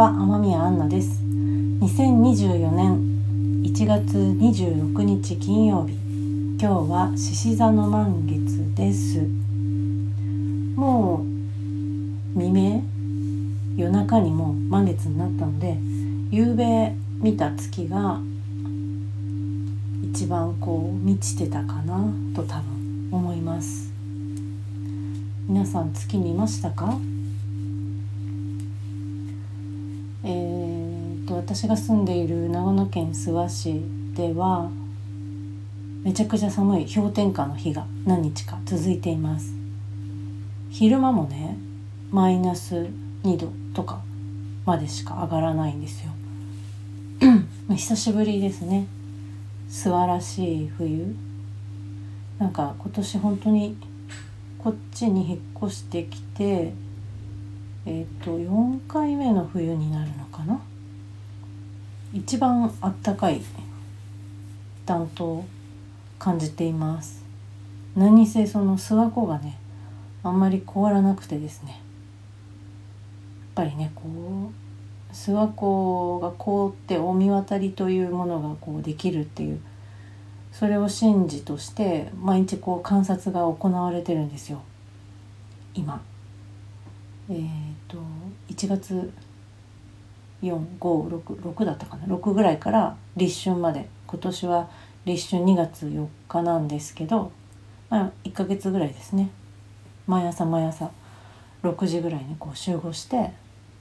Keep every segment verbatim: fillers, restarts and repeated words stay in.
は、天宮アンナです。にせんにじゅうよねんいちがつにじゅうろくにち金曜日、今日は獅子座の満月です。もう未明、夜中にも満月になったので、夕べ見た月が一番こう満ちてたかなと多分思います。皆さん月見ましたか？えー、と私が住んでいる長野県諏訪市ではめちゃくちゃ寒い氷点下の日が何日か続いています。昼間もねマイナスにどとかまでしか上がらないんですよ久しぶりですね。諏訪らしい冬、なんか今年本当にこっちに引っ越してきてえっとよんかいめの冬になるのかな。一番あったかい暖冬感じています。何せその諏訪湖がねあんまり凍らなくてですね、やっぱりねこう諏訪湖が凍って御神渡りというものがこうできるっていう、それを神事として毎日こう観察が行われてるんですよ今。えー、といちがつよん、ご、ろく、ろくだったかな、ろくぐらいから立春まで、今年は立春にがつよっかなんですけど、まあ、いっかげつぐらいですね。毎朝毎朝ろくじぐらいにこう集合して、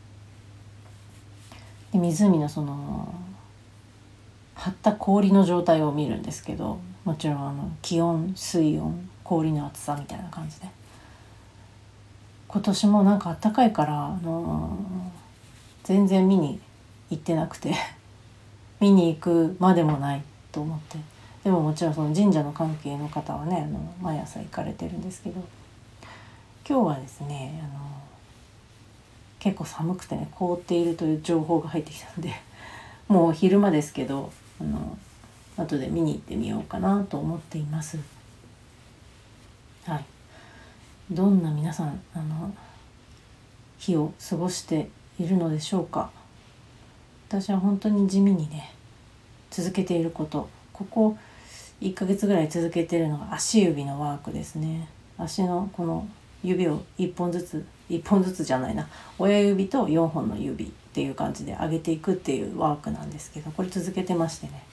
で湖のその張った氷の状態を見るんですけど、もちろんあの気温、水温、氷の厚さみたいな感じで、今年もなんか暖かいから、あのー、全然見に行ってなくて見に行くまでもないと思って、でももちろんその神社の関係の方はねあの毎朝行かれてるんですけど、今日はですねあの結構寒くてね凍っているという情報が入ってきたのでもう昼間ですけどあの後で見に行ってみようかなと思っています。はい、どんな皆さんあの日を過ごしているのでしょうか。私は本当に地味にね続けていること、ここいっかげつぐらい続けているのが足指のワークですね。足のこの指をいっぽんずついっぽんずつじゃないな親指とよんほんの指っていう感じで上げていくっていうワークなんですけど、これ続けてましてね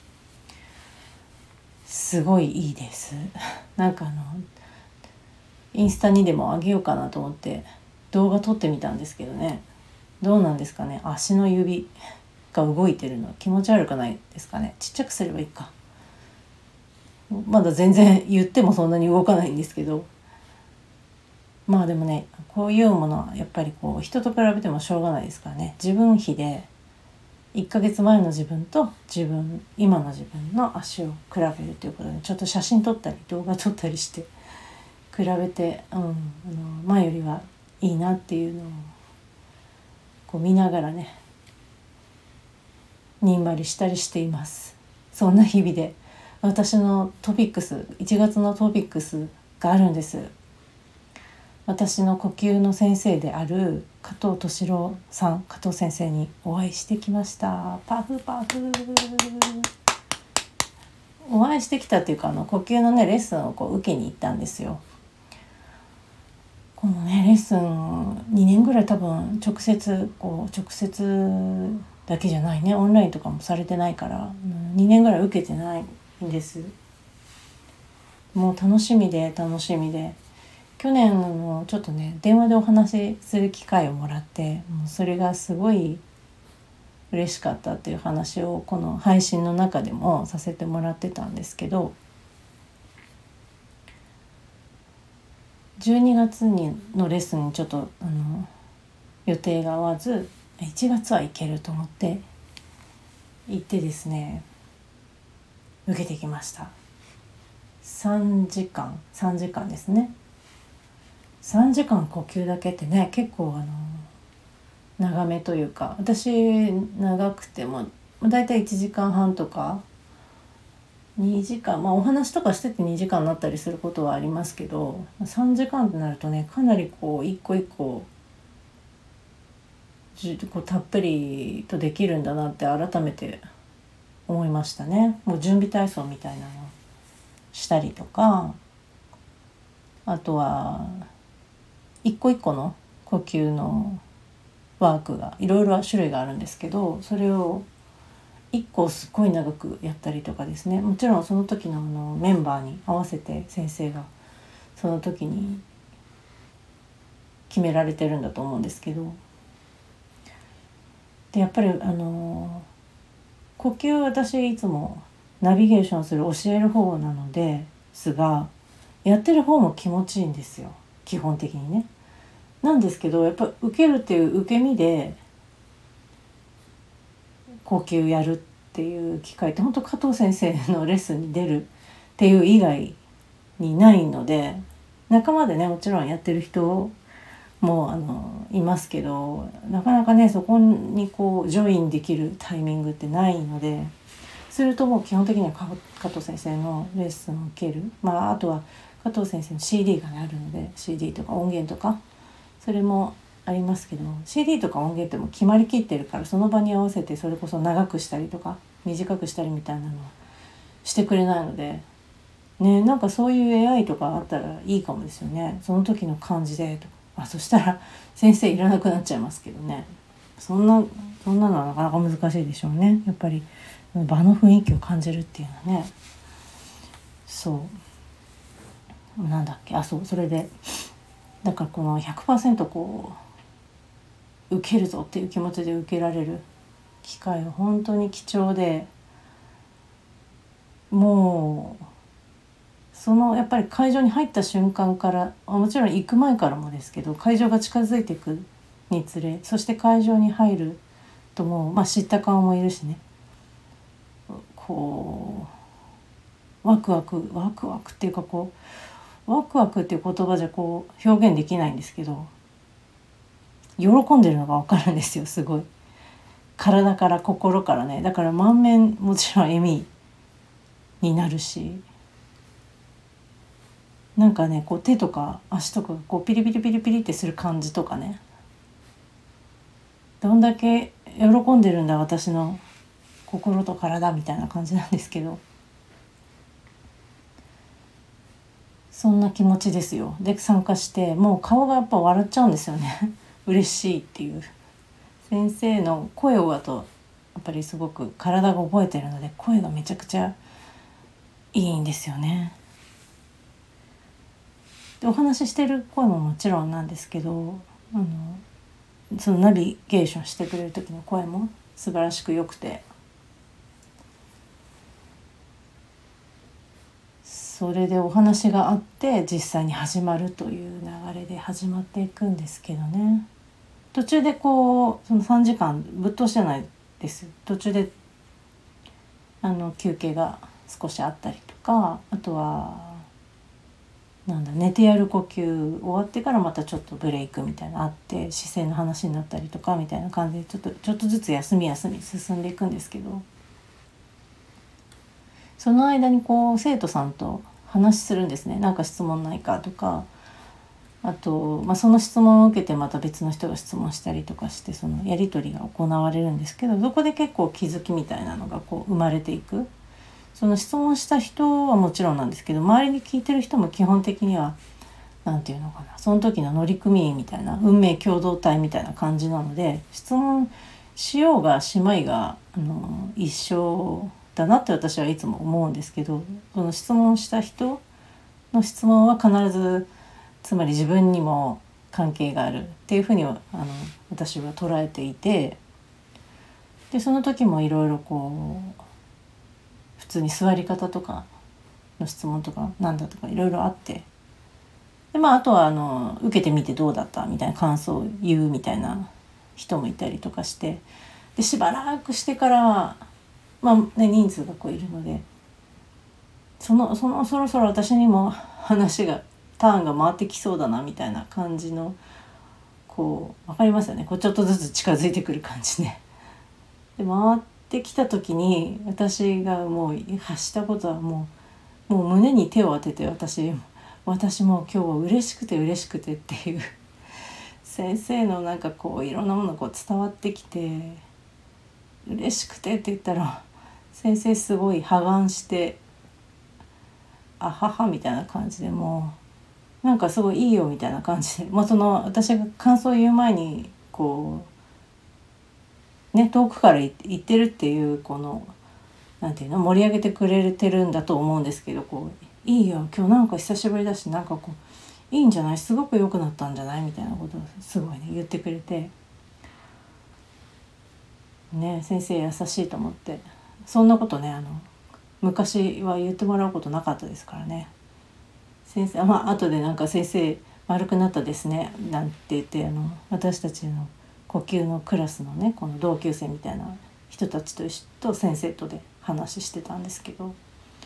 すごいいいですなんかあのインスタにでも上げようかなと思って動画撮ってみたんですけどね、どうなんですかね。足の指が動いてるの気持ち悪くないですかね。ちっちゃくすればいいか。まだ全然言ってもそんなに動かないんですけど、まあでもねこういうものはやっぱりこう人と比べてもしょうがないですからね。自分比でいっかげつまえの自分と自分今の自分の足を比べるということで、ちょっと写真撮ったり動画撮ったりして比べて、うん、あの前よりはいいなっていうのをこう見ながらねにんまりしたりしています。そんな日々で私のトピックスいちがつのトピックスがあるんです。私の呼吸の先生である加藤敏郎さん、加藤先生にお会いしてきました。パフパフ。お会いしてきたっていうかあの呼吸のねレッスンをこう受けに行ったんですよ。このねレッスンにねんぐらい多分直接こう直接だけじゃないね、オンラインとかもされてないからにねんぐらい受けてないんです。もう楽しみで楽しみで、去年のちょっとね電話でお話しする機会をもらって、もうそれがすごい嬉しかったっていう話をこの配信の中でもさせてもらってたんですけど、じゅうにがつにのレッスンにちょっとあの予定が合わずいちがつは行けると思って行ってですね受けてきました。さんじかんさんじかんですね。さんじかん呼吸だけってね結構あの長めというか、私長くてもだいたいいちじかんはんとかにじかん、まあお話とかしててにじかんになったりすることはありますけど、さんじかんってなるとねかなりこう一個一個こうたっぷりとできるんだなって改めて思いましたね。もう準備体操みたいなのをしたりとか、あとは一個一個の呼吸のワークがいろいろ種類があるんですけど、それを一個すっごい長くやったりとかですね。もちろんその時のあのメンバーに合わせて先生がその時に決められてるんだと思うんですけど、でやっぱりあの呼吸、私いつもナビゲーションする教える方なのですが、やってる方も気持ちいいんですよ、基本的にね。なんですけど、やっぱ受けるっていう受け身で呼吸やるっていう機会って本当加藤先生のレッスンに出るっていう以外にないので、仲間でねもちろんやってる人もあのいますけど、なかなかねそこにこうジョインできるタイミングってないので、するともう基本的には加藤先生のレッスンを受ける、まああとは加藤先生の シーディー が、ね、あるので シーディー とか音源とかそれもありますけど、 シーディー とか音源っても決まりきってるから、その場に合わせてそれこそ長くしたりとか短くしたりみたいなのはしてくれないのでね、なんかそういう エーアイ とかあったらいいかもですよね。その時の感じでとか、あ、そしたら先生いらなくなっちゃいますけどね。そんなそんなのはなかなか難しいでしょうね。やっぱり場の雰囲気を感じるっていうのはね。そうなんだっけ、あ、そうそれでだからこの ひゃくパーセント こう受けるぞっていう気持ちで受けられる機会は本当に貴重で、もうそのやっぱり会場に入った瞬間から、もちろん行く前からもですけど、会場が近づいていくにつれ、そして会場に入るともう、まあ、知った顔もいるしね、こうワクワクワクワクっていうか、こうワクワクっていう言葉じゃこう表現できないんですけど、喜んでるのが分かるんですよ、すごい。体から心からね。だから満面もちろん笑みになるし、なんかねこう手とか足とかこうピリピリピリピリってする感じとかね、どんだけ喜んでるんだ私の心と体みたいな感じなんですけど、そんな気持ちですよ。で参加してもう顔がやっぱ笑っちゃうんですよね嬉しいっていう。先生の声をあとやっぱりすごく体が覚えてるので、声がめちゃくちゃいいんですよね。でお話ししてる声ももちろんなんですけど、あのそのナビゲーションしてくれる時の声も素晴らしく良くて、それでお話があって実際に始まるという流れで始まっていくんですけどね。途中でこうそのさんじかんぶっ通しじゃないです。途中であの休憩が少しあったりとか、あとはなんだ寝てやる呼吸終わってからまたちょっとブレイクみたいなのあって、姿勢の話になったりとかみたいな感じでちょっとちょっとずつ休み休み進んでいくんですけど、その間にこう生徒さんと話するんですね。なんか質問ないかとか、あと、まあ、その質問を受けてまた別の人が質問したりとかして、そのやり取りが行われるんですけど、そこで結構気づきみたいなのがこう生まれていく。その質問した人はもちろんなんですけど、周りに聞いてる人も基本的にはなんていうのかな、その時の乗組員みたいな運命共同体みたいな感じなので、質問しようがしまいがあの一緒だなって私はいつも思うんですけど、その質問した人の質問は必ずつまり自分にも関係があるっていうふうにあの私は捉えていて、でその時もいろいろこう普通に座り方とかの質問とかなんだとかいろいろあって、で、まあ、あとはあの受けてみてどうだったみたいな感想を言うみたいな人もいたりとかして、でしばらくしてから、まあね、人数がこういるので、そのそのそろそろ私にも話がターンが回ってきそうだなみたいな感じの、こう分かりますよね、こうちょっとずつ近づいてくる感じね。で回ってきた時に私がもう発したことはもうもう胸に手を当てて、私私も今日は嬉しくて嬉しくてっていう先生のなんかこういろんなものがこう伝わってきて嬉しくてって言ったら先生すごい破顔してあははみたいな感じでもうなんかすごいいいよみたいな感じで、まあ、その私が感想を言う前にこうね遠くから言ってるっていうこのなんていうの盛り上げてくれてるんだと思うんですけどこういいよ今日なんか久しぶりだしなんかこういいんじゃないすごく良くなったんじゃないみたいなことをすごいね言ってくれてね先生優しいと思ってそんなことねあの昔は言ってもらうことなかったですからね。先生まあ後でなんか先生丸くなったですねなんて言ってあの私たちの呼吸のクラスのねこの同級生みたいな人たちとと先生とで話してたんですけど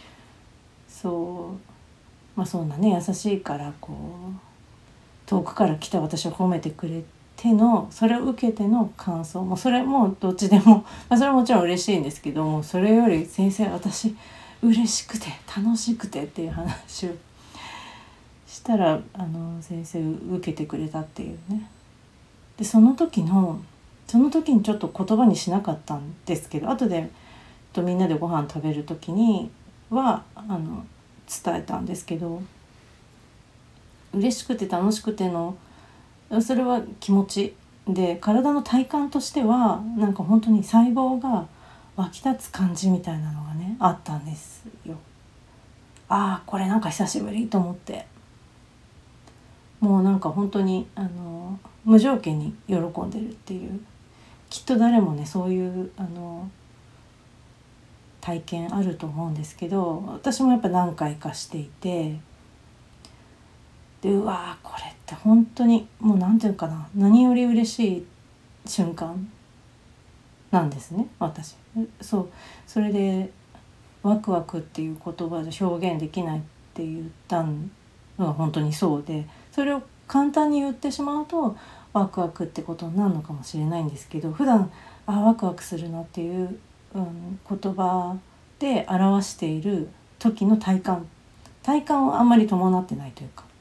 そうまあそんなね優しいからこう遠くから来た私を褒めてくれてのそれを受けての感想もそれもどっちでも、まあ、それはもちろん嬉しいんですけどもそれより先生私嬉しくて楽しくてっていう話をしたらあの先生受けてくれたっていうね。でその時のその時にちょっと言葉にしなかったんですけど後でとみんなでご飯食べる時にはあの伝えたんですけど嬉しくて楽しくてのそれは気持ちで体の体感としてはなんか本当に細胞が湧き立つ感じみたいなのがねあったんですよ。ああこれなんか久しぶりと思ってもうなんか本当にあの無条件に喜んでるっていうきっと誰もねそういうあの体験あると思うんですけど私もやっぱ何回かしていてでうわーこれって本当にもうなんていうかな何より嬉しい瞬間なんですね私。そうそれでワクワクっていう言葉で表現できないって言ったのが本当にそうでそれを簡単に言ってしまうとワクワクってことになるのかもしれないんですけど普段あワクワクするなっていう、うん、言葉で表している時の体感体感はあんまり伴ってないというか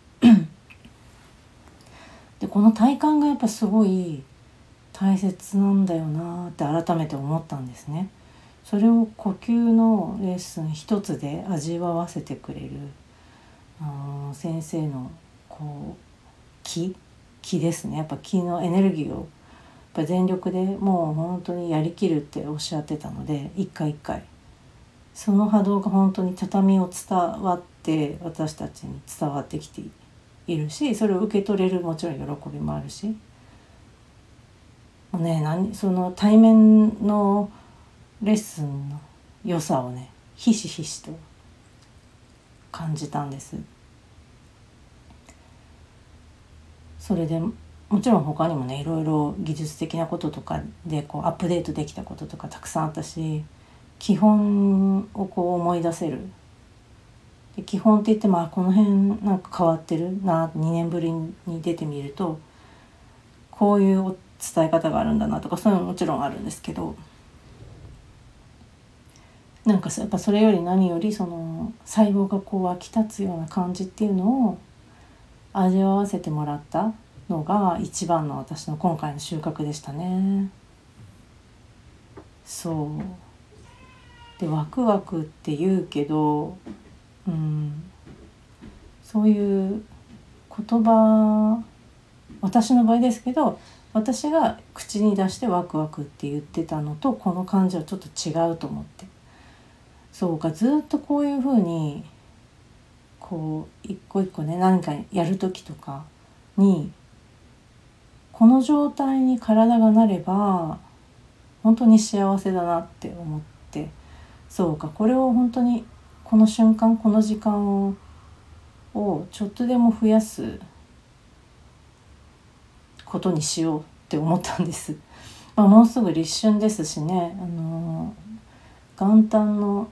でこの体感がやっぱすごい大切なんだよなって改めて思ったんですね。それを呼吸のレッスン一つで味わわせてくれるあ先生のこう気気ですねやっぱ気のエネルギーをやっぱ全力でもう本当にやりきるっておっしゃってたので一回一回その波動が本当に畳を伝わって私たちに伝わってきているしそれを受け取れるもちろん喜びもあるしもうね何その対面のレッスンの良さをねひしひしと感じたんです。それでもちろん他にもねいろいろ技術的なこととかでこうアップデートできたこととかたくさんあったし基本をこう思い出せるで基本って言ってもあこの辺なんか変わってるなにねんぶりに出てみるとこういう伝え方があるんだなとかそういうのももちろんあるんですけどなんかやっぱそれより何よりその細胞がこう湧き立つような感じっていうのを味わわせてもらったのが一番の私の今回の収穫でしたね。そうでワクワクって言うけど、うん、そういう言葉私の場合ですけど私が口に出してワクワクって言ってたのとこの感じはちょっと違うと思ってそうかずっとこういうふうにこう一個一個ね何かやる時とかにこの状態に体がなれば本当に幸せだなって思ってそうかこれを本当にこの瞬間この時間を、をちょっとでも増やすことにしようって思ったんです、まあ、もうすぐ立春ですしねあの元旦の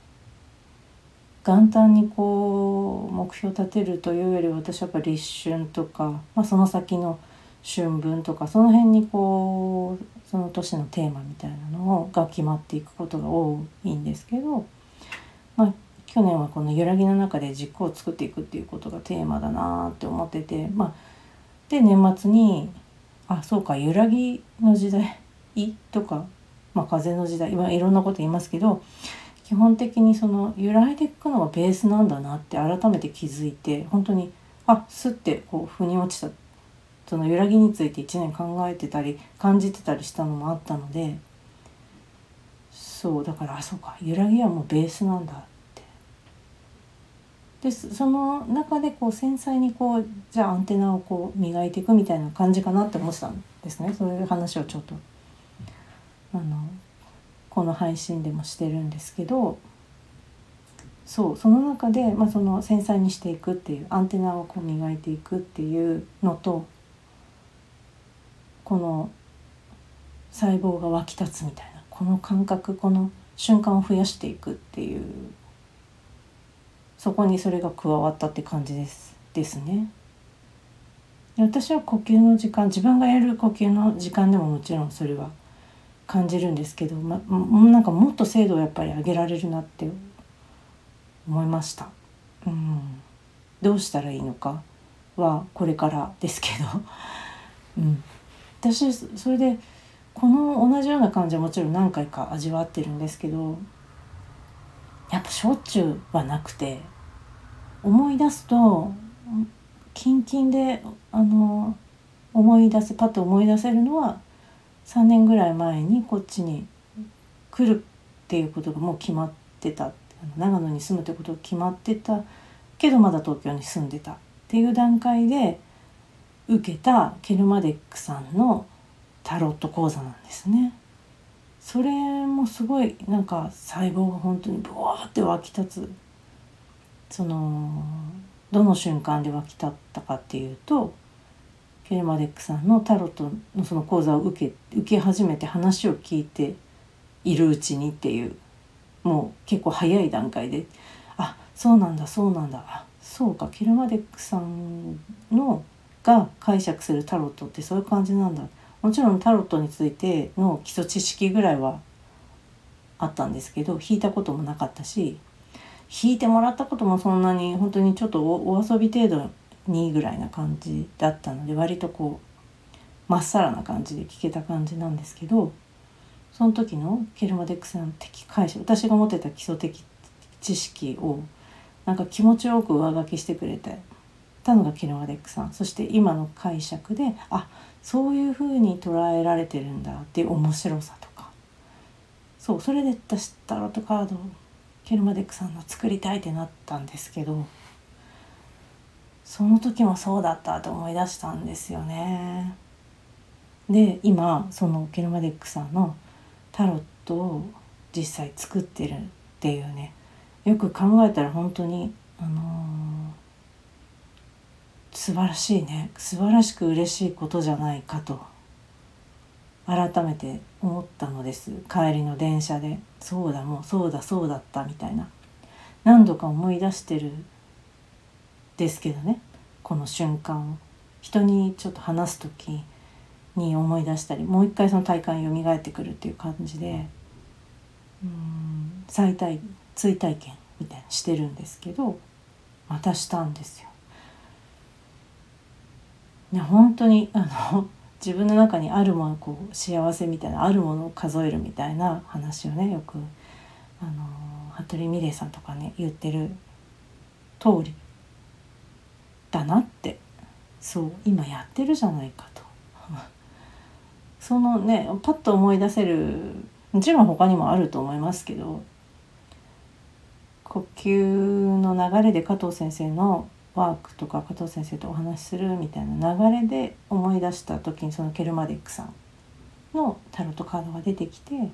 元旦にこう目標立てるというより私はやっぱ立春とか、まあ、その先の春分とかその辺にこうその年のテーマみたいなのが決まっていくことが多いんですけど、まあ、去年はこの揺らぎの中で軸を作っていくっていうことがテーマだなって思ってて、まあ、で年末にあそうか揺らぎの時代とか、まあ、風の時代、今いろんなこと言いますけど、基本的にその揺らいでいくのがベースなんだなって改めて気づいて、本当にあスッてこう腑に落ちた。その揺らぎについていちねん考えてたり感じてたりしたのもあったので、そうだからあそうか揺らぎはもうベースなんだって。でその中でこう繊細にこうじゃあアンテナをこう磨いていくみたいな感じかなって思ってたんですね。そういう話をちょっとあのこの配信でもしてるんですけど、そうその中で、まあ、その繊細にしていくっていうアンテナをこう磨いていくっていうのと、この細胞が湧き立つみたいなこの感覚、この瞬間を増やしていくっていう、そこにそれが加わったって感じですですね。で私は呼吸の時間、自分がやる呼吸の時間でももちろんそれは感じるんですけど、ま、なんかもっと精度をやっぱり上げられるなって思いました。うん、どうしたらいいのかはこれからですけど、うん、私それでこの同じような感じはもちろん何回か味わってるんですけど、やっぱしょっちゅうはなくて、思い出すとキンキンであの思い出せパッと思い出せるのはさんねんぐらい前にこっちに来るっていうことがもう決まってた、長野に住むってことが決まってたけどまだ東京に住んでたっていう段階で受けたケルマデックさんのタロット講座なんですね。それもすごいなんか細胞が本当にブワーって湧き立つ。そのどの瞬間で湧き立ったかっていうと、ケルマデックさんのタロットのその講座を受け受け始めて話を聞いているうちにっていう、もう結構早い段階で、あそうなんだそうなんだ、あそうかケルマデックさんのが解釈するタロットってそういう感じなんだ。もちろんタロットについての基礎知識ぐらいはあったんですけど、弾いたこともなかったし、弾いてもらったこともそんなに本当にちょっと お, お遊び程度にぐらいな感じだったので、割とこうまっさらな感じで聴けた感じなんですけど、その時のケルマデックさん的解釈、私が持ってた基礎的知識をなんか気持ちよく上書きしてくれてたのがケルマデックさん。そして今の解釈であそういう風に捉えられてるんだっていう面白さとか、そうそれで私タロットカードをケルマデックさんの作りたいってなったんですけど、その時もそうだったと思い出したんですよね。で今そのケルマデックさんのタロットを実際作ってるっていうね、よく考えたら本当にあのー素晴らしいね、素晴らしく嬉しいことじゃないかと改めて思ったのです。帰りの電車でそうだもうそうだそうだったみたいな、何度か思い出してるですけどね、この瞬間人にちょっと話す時に思い出したり、もう一回その体感よみがえってくるっていう感じで、うーん再体追体験みたいなしてるんですけど、またしたんですよ。いや本当にあの自分の中にあるもの、こう幸せみたいなあるものを数えるみたいな話をね、よくあの服部美玲さんとかね言ってる通りだなって、そう今やってるじゃないかとそのねパッと思い出せる、もちろん他にもあると思いますけど、呼吸の流れで加藤先生のワークとか加藤先生とお話しするみたいな流れで思い出した時に、そのケルマデックさんのタロットカードが出てきて、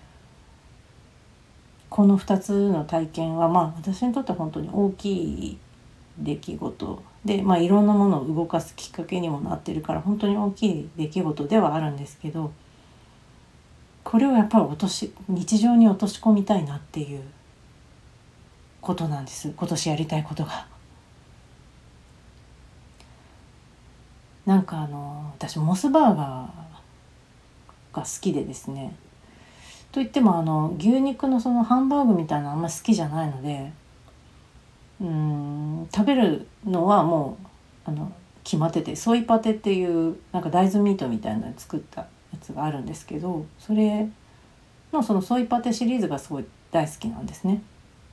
このふたつの体験はまあ私にとって本当に大きい出来事で、まあ、いろんなものを動かすきっかけにもなってるから本当に大きい出来事ではあるんですけど、これをやっぱり落とし日常に落とし込みたいなっていうことなんです。今年やりたいことが。なんかあの私モスバーガーが好きでですね、といってもあの牛肉のそのハンバーグみたいなのあんま好きじゃないので、うーん食べるのはもうあの決まってて、ソイパテっていうなんか大豆ミートみたいなので作ったやつがあるんですけど、それのそのソイパテシリーズがすごい大好きなんですね。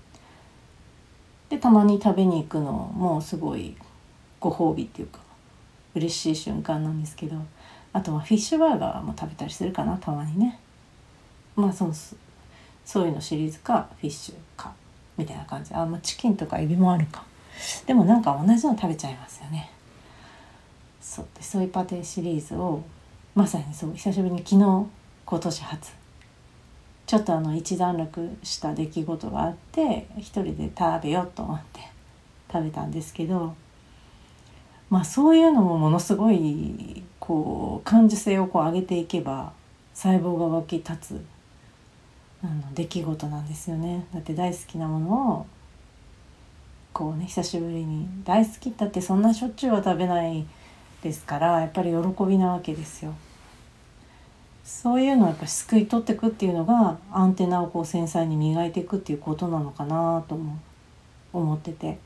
でたまに食べに行くのもすごいご褒美っていうか嬉しい瞬間なんですけど、あとはフィッシュバーガーも食べたりするかな、たまにね。まあそのそういうのシリーズかフィッシュかみたいな感じ。あ、まあ、チキンとかエビもあるか。でもなんか同じの食べちゃいますよね。そうでソイパテシリーズをまさにそう久しぶりに昨日今年初ちょっとあの一段落した出来事があって一人で食べようと思って食べたんですけど、まあそういうのもものすごいこう感受性をこう上げていけば細胞が湧き立つあの出来事なんですよね。だって大好きなものをこうね久しぶりに、大好きだってそんなしょっちゅうは食べないですからやっぱり喜びなわけですよ。そういうのをやっぱりすくい取っていくっていうのがアンテナをこう繊細に磨いていくっていうことなのかなとも思ってて、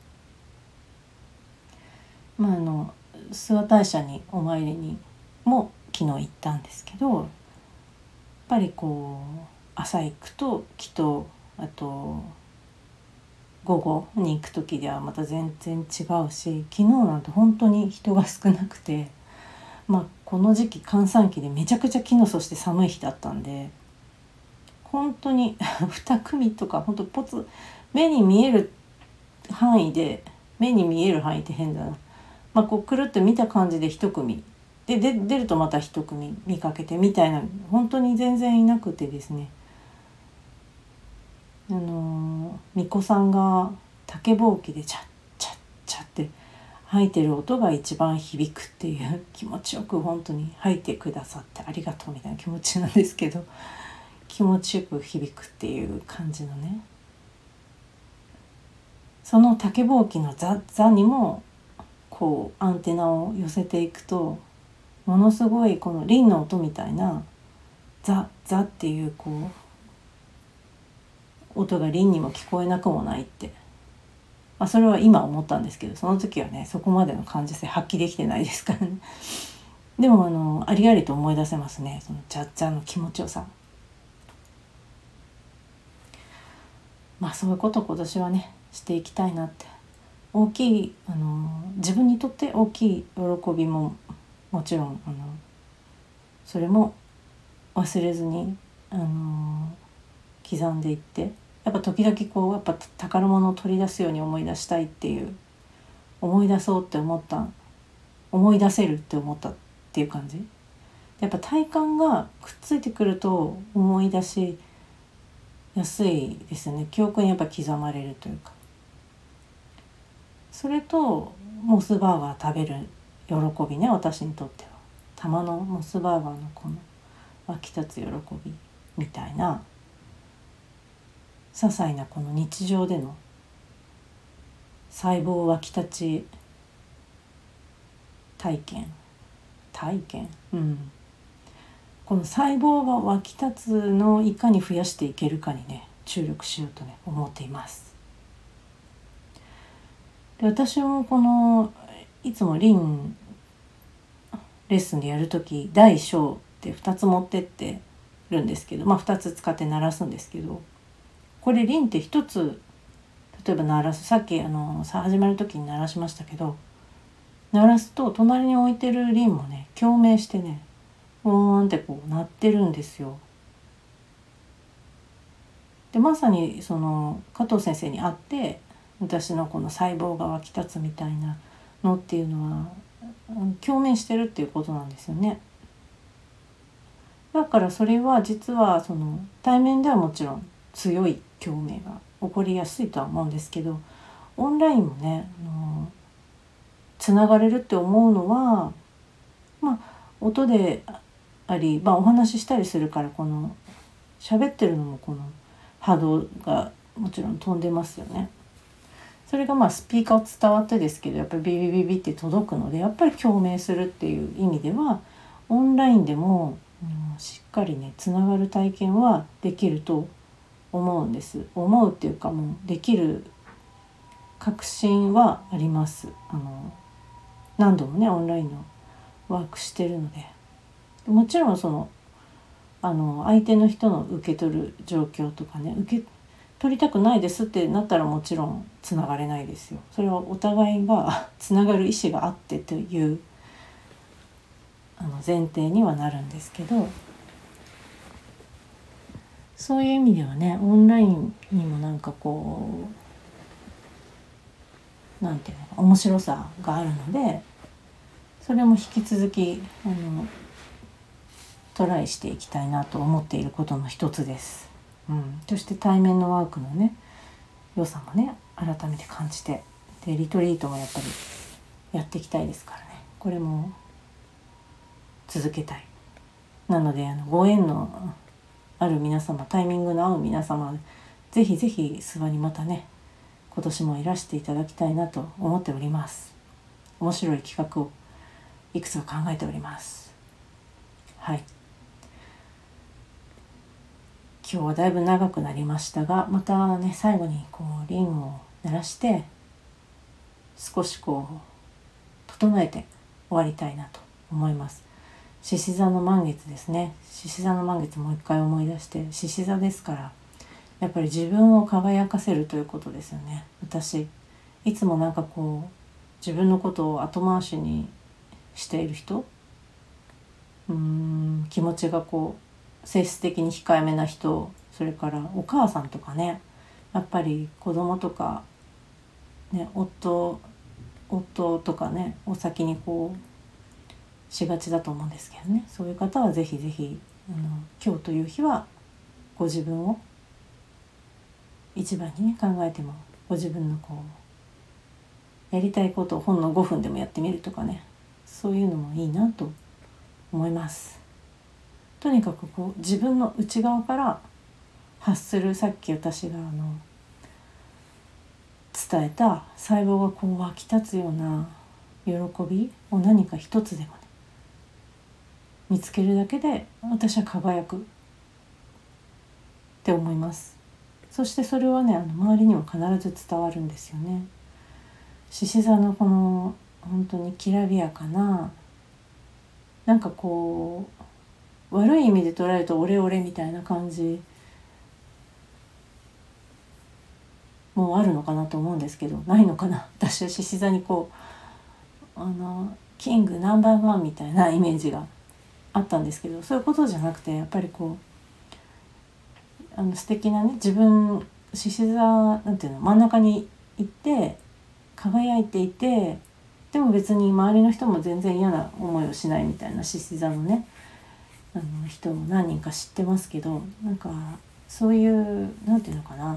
まああの諏訪大社にお参りにも昨日行ったんですけど、やっぱりこう朝行くと木とあと午後に行く時ではまた全然違うし、昨日なんて本当に人が少なくて、まあこの時期閑散期でめちゃくちゃ木のそして寒い日だったんで、本当にに組とか本当ポツ目に見える範囲で、目に見える範囲って変だな、まあこうくるっと見た感じで一組で、で出るとまた一組見かけてみたいな、本当に全然いなくてですね、あの巫女さんが竹ぼうきでチャッチャッチャって吐いてる音が一番響くっていう、気持ちよく本当に吐いてくださってありがとうみたいな気持ちなんですけど、気持ちよく響くっていう感じのね、その竹ぼうきのザザにもこうアンテナを寄せていくと、ものすごいこの鈴の音みたいなザザっていうこう音が鈴にも聞こえなくもないって、まあ、それは今思ったんですけど、その時はねそこまでの感受性発揮できてないですからね。でもあのありありと思い出せますね、そのザッザの気持ちよさ。まあそういうことを今年はねしていきたいなって。大きいあの自分にとって大きい喜びももちろんあのそれも忘れずにあの刻んでいって、やっぱ時々こうやっぱ宝物を取り出すように思い出したいっていう、思い出そうって思った思い出せるって思ったっていう感じ。やっぱ体感がくっついてくると思い出しやすいですね。記憶にやっぱ刻まれるというか、それとモスバーガー食べる喜びね、私にとっては玉のモスバーガーのこの湧き立つ喜びみたいな、些細なこの日常での細胞湧き立ち体験体験うんこの細胞が湧き立つのをいかに増やしていけるかにね注力しようとね思っています。で私もこのいつもリンレッスンでやるとき大小ってふたつ持ってってるんですけど、まあふたつ使って鳴らすんですけど、これリンってひとつ例えば鳴らす、さっきあのさ始まる時に鳴らしましたけど、鳴らすと隣に置いてるリンもね共鳴してねウォーンってこう鳴ってるんですよ。でまさにその加藤先生に会って私のこの細胞が湧き立つみたいなのっていうのは共鳴してるっていうことなんですよね。だからそれは実はその対面ではもちろん強い共鳴が起こりやすいとは思うんですけど、オンラインもねあのつながれるって思うのは、まあ音であり、まあ、お話ししたりするからこの喋ってるのもこの波動がもちろん飛んでますよね。それがまあスピーカーを伝わってですけどやっぱりビビビビって届くので、やっぱり共鳴するっていう意味ではオンラインでも、うん、しっかりねつながる体験はできると思うんです。思うっていうかもうできる確信はあります。あの何度もねオンラインのワークしてるので、もちろんそのあの相手の人の受け取る状況とかね、受け取りたくないですってなったらもちろんつながれないですよ。それはお互いがつながる意思があってというあの前提にはなるんですけど、そういう意味ではね、オンラインにもなんかこうなんていうのか面白さがあるので、それも引き続きあのトライしていきたいなと思っていることの一つです。うん、そして対面のワークのね良さもね改めて感じて、でリトリートもやっぱりやっていきたいですからね、これも続けたい。なのであのご縁のある皆様、タイミングの合う皆様、ぜひぜひ諏訪にまたね今年もいらしていただきたいなと思っております。面白い企画をいくつか考えております。はい、今日はだいぶ長くなりましたが、またね最後にこうリンを鳴らして少しこう整えて終わりたいなと思います。獅子座の満月ですね。獅子座の満月もう一回思い出して、獅子座ですからやっぱり自分を輝かせるということですよね。私いつもなんかこう自分のことを後回しにしている人、うーん気持ちがこう性質的に控えめな人、それからお母さんとかね、やっぱり子供とか、ね、夫夫とかねお先にこうしがちだと思うんですけどね、そういう方はぜひぜひあの今日という日はご自分を一番にね考えても、ご自分のこうやりたいことをほんのごふんでもやってみるとかね、そういうのもいいなと思います。とにかくこう自分の内側から発する、さっき私があの伝えた細胞がこう湧き立つような喜びを何か一つでもね見つけるだけで私は輝くって思います。そしてそれはねあの周りにも必ず伝わるんですよね。獅子座のこの本当にきらびやかな、なんかこう悪い意味で捉えるとオレオレみたいな感じもあるのかなと思うんですけど、ないのかな。私は獅子座にこうあのキングナンバーワンみたいなイメージがあったんですけど、そういうことじゃなくて、やっぱりこうあの素敵なね自分、獅子座なんていうの、真ん中にいて輝いていて、でも別に周りの人も全然嫌な思いをしないみたいな獅子座のねあの人も何人か知ってますけど、なんかそういうなんていうのかな、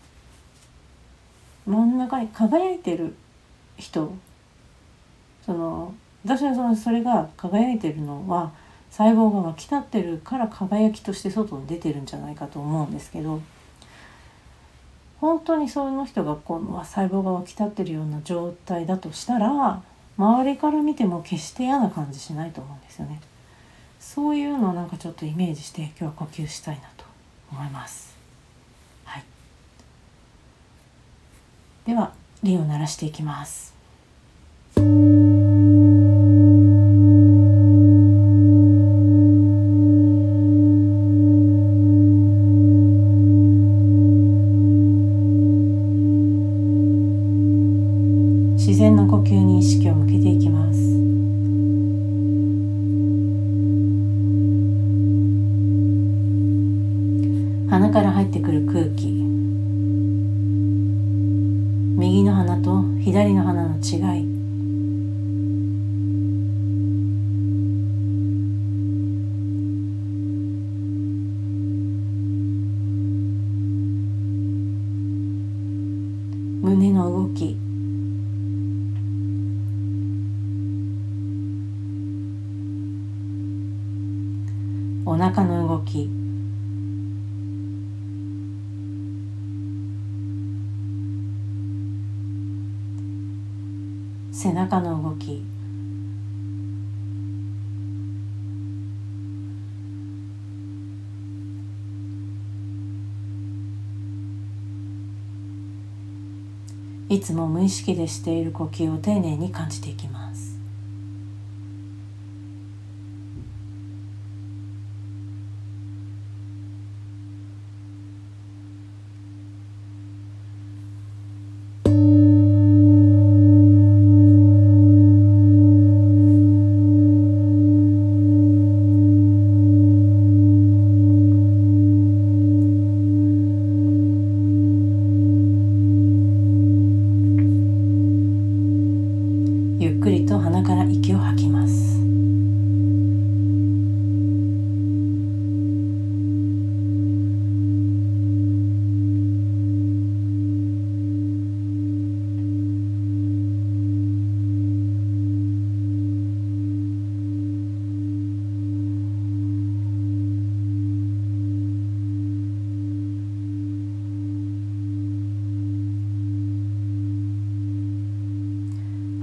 真ん中に輝いてる人、その私はそのそれが輝いてるのは細胞が湧き立ってるから輝きとして外に出てるんじゃないかと思うんですけど、本当にその人がこう細胞が湧き立ってるような状態だとしたら、周りから見ても決して嫌な感じしないと思うんですよね。そういうのをなんかちょっとイメージして今日は呼吸したいなと思います。はい、ではリンを鳴らしていきます。自然な呼吸に意識を向けていきます。鼻から入ってくる空気、右の鼻と左の鼻の違い、胸の動き、お腹の動き、背中の動き、いつも無意識でしている呼吸を丁寧に感じていきます。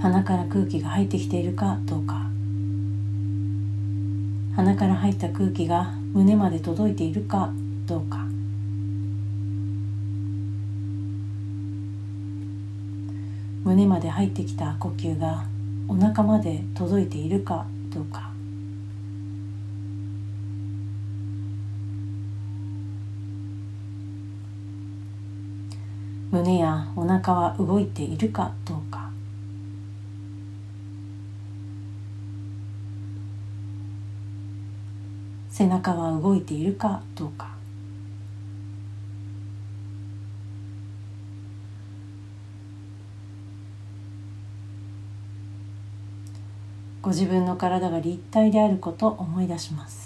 鼻から空気が入ってきているかどうか、鼻から入った空気が胸まで届いているかどうか、胸まで入ってきた呼吸がお腹まで届いているかどうか、胸やお腹は動いているかどうか、背中は動いているかどうか、ご自分の体が立体であることを思い出します。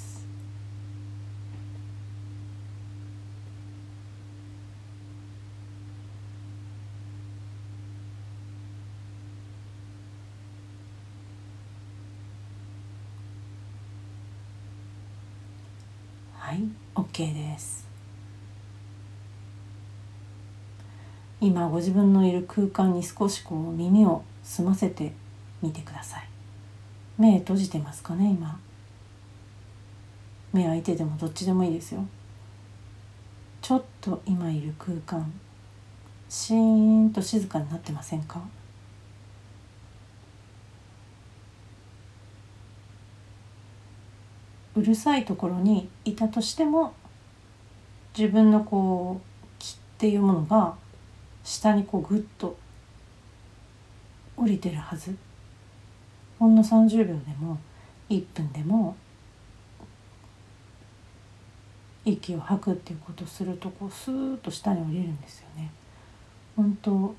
はい、OK です。今ご自分のいる空間に少しこう耳を澄ませてみてください。目閉じてますかね。今目開いてでもどっちでもいいですよ。ちょっと今いる空間、シーンと静かになってませんか？うるさいところにいたとしても、自分のこう気っていうものが下にこうグッと降りてるはず。ほんのさんじゅうびょうでもいっぷんでも息を吐くっていうことをすると、こうスーッと下に降りるんですよね。本当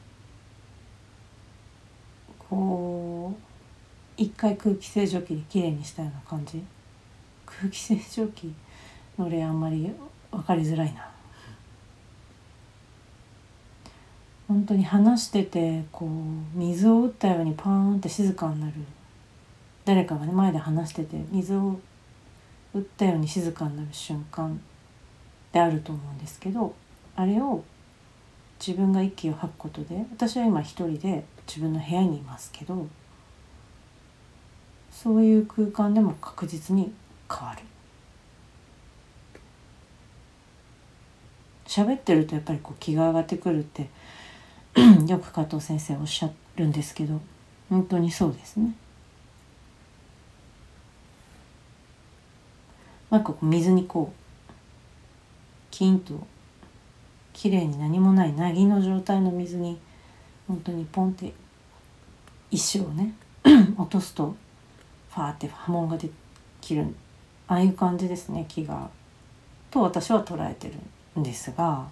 こう一回空気清浄機できれいにしたような感じ。空気清浄機の例あんまり分かりづらいな。本当に話しててこう水を打ったようにパーンって静かになる。誰かがね前で話してて水を打ったように静かになる瞬間であると思うんですけど、あれを自分が息を吐くことで、私は今一人で自分の部屋にいますけど、そういう空間でも確実に変わる。喋ってるとやっぱりこう気が上がってくるってよく加藤先生おっしゃるんですけど、本当にそうですね。なんかこう水にこうキンときれいに何もない凪の状態の水に本当にポンって石をね落とすとファーって波紋ができる、ああいう感じですね。気がと私は捉えてるんですが、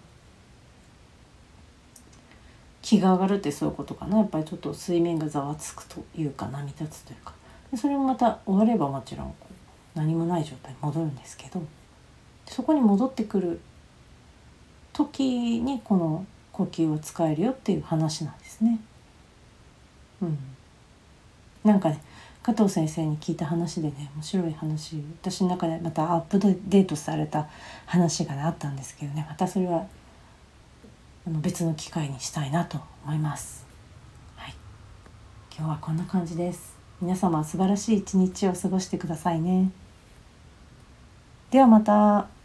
気が上がるってそういうことかな。やっぱりちょっと水面がざわつくというか波立つというか、でそれもまた終わればもちろんこう何もない状態に戻るんですけど、そこに戻ってくる時にこの呼吸を使えるよっていう話なんですね。うん、なんかね加藤先生に聞いた話でね、面白い話、私の中でまたアップデートされた話が、ね、あったんですけどね、またそれはあの別の機会にしたいなと思います。はい、今日はこんな感じです。皆様素晴らしい一日を過ごしてくださいね。ではまた。